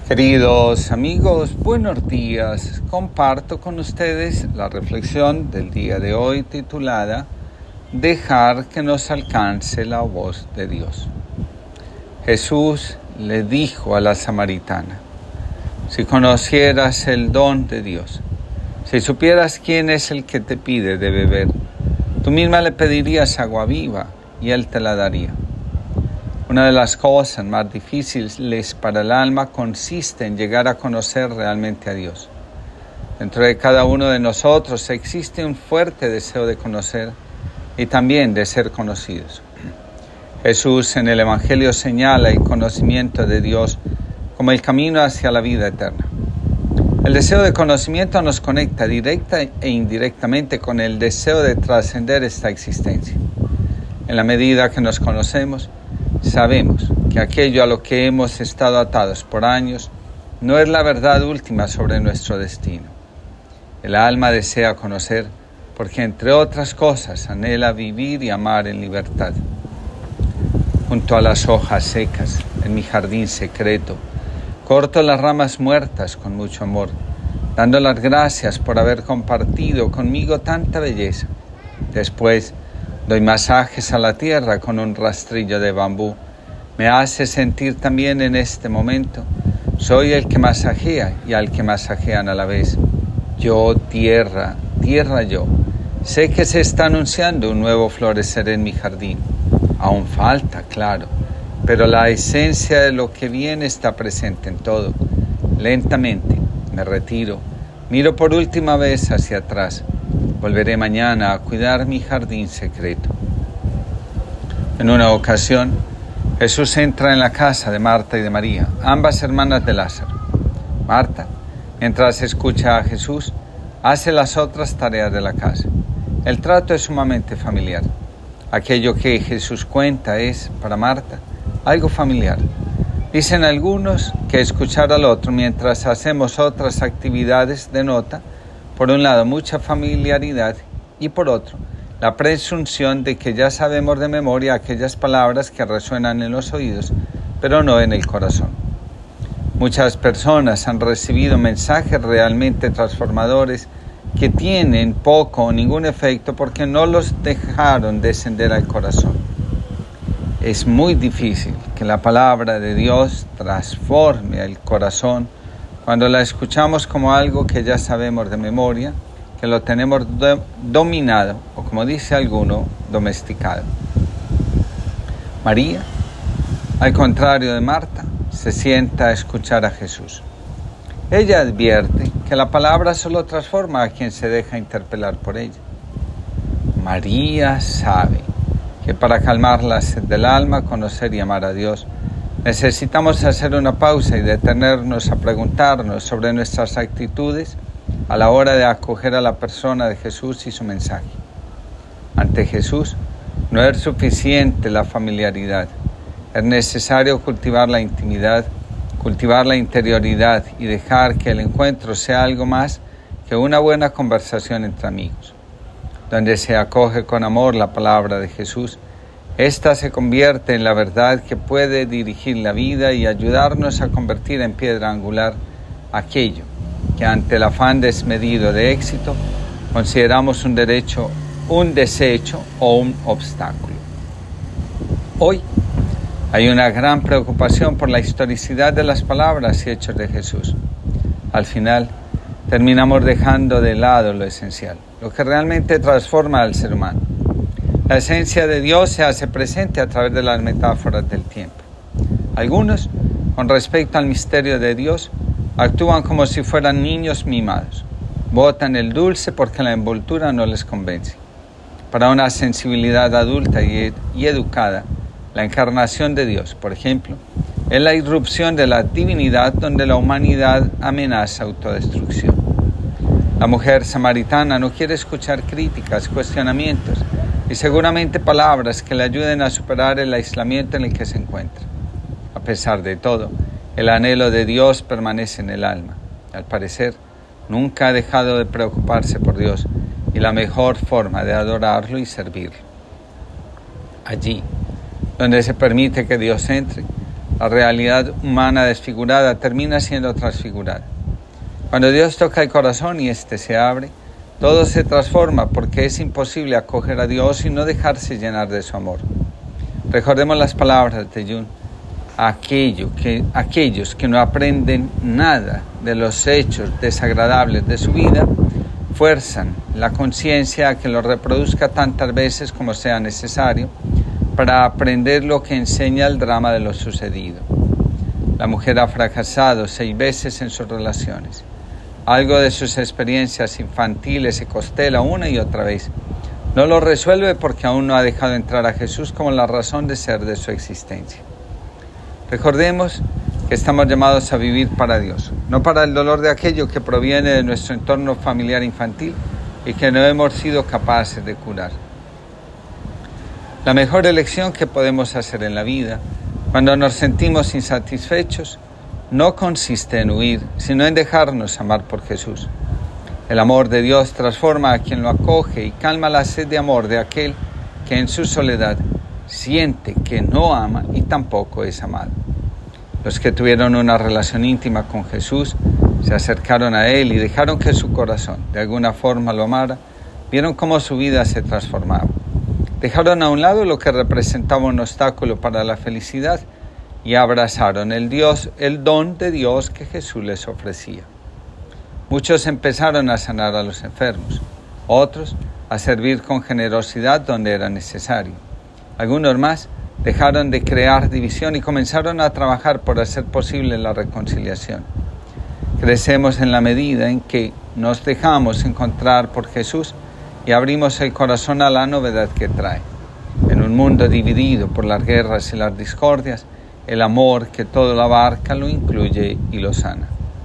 Queridos amigos, buenos días. Comparto con ustedes la reflexión del día de hoy titulada Dejar que nos alcance la voz de Dios. Jesús le dijo a la samaritana: si conocieras el don de Dios, si supieras quién es el que te pide de beber, tú misma le pedirías agua viva y Él te la daría. Una de las cosas más difíciles para el alma consiste en llegar a conocer realmente a Dios. Dentro de cada uno de nosotros existe un fuerte deseo de conocer y también de ser conocidos. Jesús en el Evangelio señala el conocimiento de Dios como el camino hacia la vida eterna. El deseo de conocimiento nos conecta directa e indirectamente con el deseo de trascender esta existencia. En la medida que nos conocemos, sabemos que aquello a lo que hemos estado atados por años no es la verdad última sobre nuestro destino. El alma desea conocer porque, entre otras cosas, anhela vivir y amar en libertad. Junto a las hojas secas, en mi jardín secreto, corto las ramas muertas con mucho amor, dando las gracias por haber compartido conmigo tanta belleza. Después, doy masajes a la tierra con un rastrillo de bambú. Me hace sentir también en este momento. Soy el que masajea y al que masajean a la vez. Yo, tierra, tierra yo. Sé que se está anunciando un nuevo florecer en mi jardín. Aún falta, claro, pero la esencia de lo que viene está presente en todo. Lentamente me retiro. Miro por última vez hacia atrás. Volveré mañana a cuidar mi jardín secreto. En una ocasión, Jesús entra en la casa de Marta y de María, ambas hermanas de Lázaro. Marta, mientras escucha a Jesús, hace las otras tareas de la casa. El trato es sumamente familiar. Aquello que Jesús cuenta es, para Marta, algo familiar. Dicen algunos que escuchar al otro mientras hacemos otras actividades denota, por un lado, mucha familiaridad y por otro, la presunción de que ya sabemos de memoria aquellas palabras que resuenan en los oídos, pero no en el corazón. Muchas personas han recibido mensajes realmente transformadores que tienen poco o ningún efecto porque no los dejaron descender al corazón. Es muy difícil que la palabra de Dios transforme el corazón cuando la escuchamos como algo que ya sabemos de memoria, que lo tenemos dominado, o como dice alguno, domesticado. María, al contrario de Marta, se sienta a escuchar a Jesús. Ella advierte que la palabra solo transforma a quien se deja interpelar por ella. María sabe que para calmar la sed del alma, conocer y amar a Dios, necesitamos hacer una pausa y detenernos a preguntarnos sobre nuestras actitudes a la hora de acoger a la persona de Jesús y su mensaje. Ante Jesús no es suficiente la familiaridad, es necesario cultivar la intimidad, cultivar la interioridad y dejar que el encuentro sea algo más que una buena conversación entre amigos. Donde se acoge con amor la palabra de Jesús, esta se convierte en la verdad que puede dirigir la vida y ayudarnos a convertir en piedra angular aquello que ante el afán desmedido de éxito consideramos un derecho, un desecho o un obstáculo. Hoy hay una gran preocupación por la historicidad de las palabras y hechos de Jesús. Al final, terminamos dejando de lado lo esencial, lo que realmente transforma al ser humano. La esencia de Dios se hace presente a través de las metáforas del tiempo. Algunos, con respecto al misterio de Dios, actúan como si fueran niños mimados. Botan el dulce porque la envoltura no les convence. Para una sensibilidad adulta y educada, la encarnación de Dios, por ejemplo, es la irrupción de la divinidad donde la humanidad amenaza autodestrucción. La mujer samaritana no quiere escuchar críticas, cuestionamientos y seguramente palabras que le ayuden a superar el aislamiento en el que se encuentra. A pesar de todo, el anhelo de Dios permanece en el alma. Al parecer, nunca ha dejado de preocuparse por Dios y la mejor forma de adorarlo y servirlo. Allí, donde se permite que Dios entre, La realidad humana desfigurada termina siendo transfigurada. Cuando Dios toca el corazón y éste se abre, todo se transforma porque es imposible acoger a Dios y no dejarse llenar de su amor. Recordemos las palabras de Jung. Aquellos que no aprenden nada de los hechos desagradables de su vida, fuerzan la conciencia a que lo reproduzca tantas veces como sea necesario para aprender lo que enseña el drama de lo sucedido. La mujer ha fracasado 6 veces en sus relaciones. Algo de sus experiencias infantiles se constela una y otra vez. No lo resuelve porque aún no ha dejado entrar a Jesús como la razón de ser de su existencia. Recordemos que estamos llamados a vivir para Dios, no para el dolor de aquello que proviene de nuestro entorno familiar infantil y que no hemos sido capaces de curar. La mejor elección que podemos hacer en la vida, cuando nos sentimos insatisfechos, no consiste en huir, sino en dejarnos amar por Jesús. El amor de Dios transforma a quien lo acoge y calma la sed de amor de aquel que en su soledad siente que no ama y tampoco es amado. Los que tuvieron una relación íntima con Jesús, se acercaron a Él y dejaron que su corazón de alguna forma lo amara, vieron cómo su vida se transformaba. Dejaron a un lado lo que representaba un obstáculo para la felicidad y abrazaron el don de Dios que Jesús les ofrecía. Muchos empezaron a sanar a los enfermos, otros a servir con generosidad donde era necesario. Algunos más dejaron de crear división y comenzaron a trabajar por hacer posible la reconciliación. Crecemos en la medida en que nos dejamos encontrar por Jesús y abrimos el corazón a la novedad que trae. En un mundo dividido por las guerras y las discordias, el amor que todo lo abarca lo incluye y lo sana.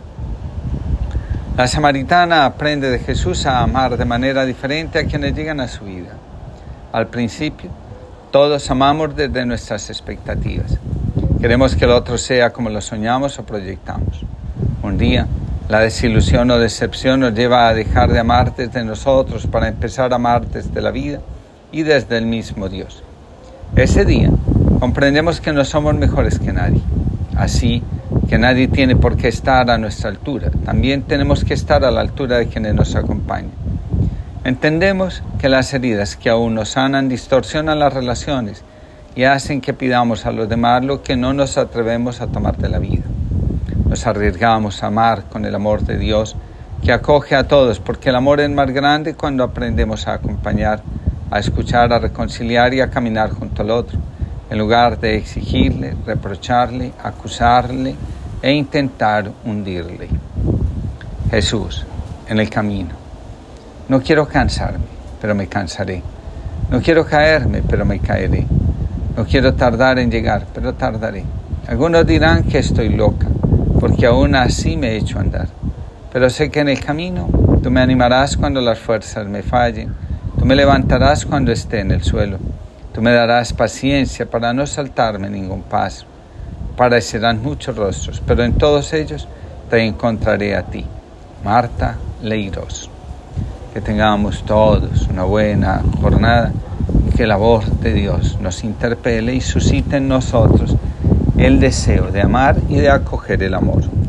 La samaritana aprende de Jesús a amar de manera diferente a quienes llegan a su vida. Al principio, todos amamos desde nuestras expectativas. Queremos que el otro sea como lo soñamos o proyectamos. Un día, la desilusión o decepción nos lleva a dejar de amar desde nosotros para empezar a amar desde la vida y desde el mismo Dios. Ese día, comprendemos que no somos mejores que nadie. Así que nadie tiene por qué estar a nuestra altura. También tenemos que estar a la altura de quienes nos acompañan. Entendemos que las heridas que aún nos sanan distorsionan las relaciones y hacen que pidamos a los demás lo que no nos atrevemos a tomar de la vida. Nos arriesgamos a amar con el amor de Dios que acoge a todos, porque el amor es más grande cuando aprendemos a acompañar, a escuchar, a reconciliar y a caminar junto al otro, en lugar de exigirle, reprocharle, acusarle e intentar hundirle. Jesús, en el camino. No quiero cansarme, pero me cansaré. No quiero caerme, pero me caeré. No quiero tardar en llegar, pero tardaré. Algunos dirán que estoy loca, porque aún así me echo a andar. Pero sé que en el camino tú me animarás cuando las fuerzas me fallen. Tú me levantarás cuando esté en el suelo. Tú me darás paciencia para no saltarme ningún paso. Parecerán muchos rostros, pero en todos ellos te encontraré a ti. Marta Leiros. Que tengamos todos una buena jornada y que la voz de Dios nos interpele y suscite en nosotros el deseo de amar y de acoger el amor.